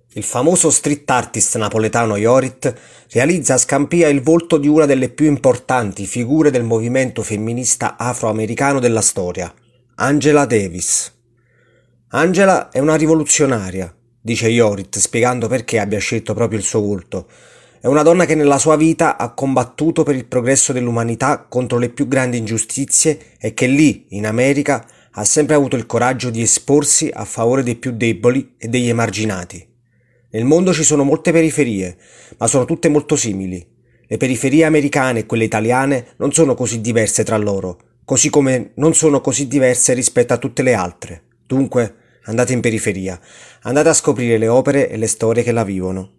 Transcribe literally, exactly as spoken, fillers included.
Il famoso street artist napoletano Jorit realizza a Scampia il volto di una delle più importanti figure del movimento femminista afroamericano della storia, Angela Davis. Angela è una rivoluzionaria, dice Jorit, spiegando perché abbia scelto proprio il suo volto. È una donna che nella sua vita ha combattuto per il progresso dell'umanità contro le più grandi ingiustizie e che lì, in America, ha sempre avuto il coraggio di esporsi a favore dei più deboli e degli emarginati. Nel mondo ci sono molte periferie, ma sono tutte molto simili. Le periferie americane e quelle italiane non sono così diverse tra loro, così come non sono così diverse rispetto a tutte le altre. Dunque, andate in periferia, andate a scoprire le opere e le storie che la vivono.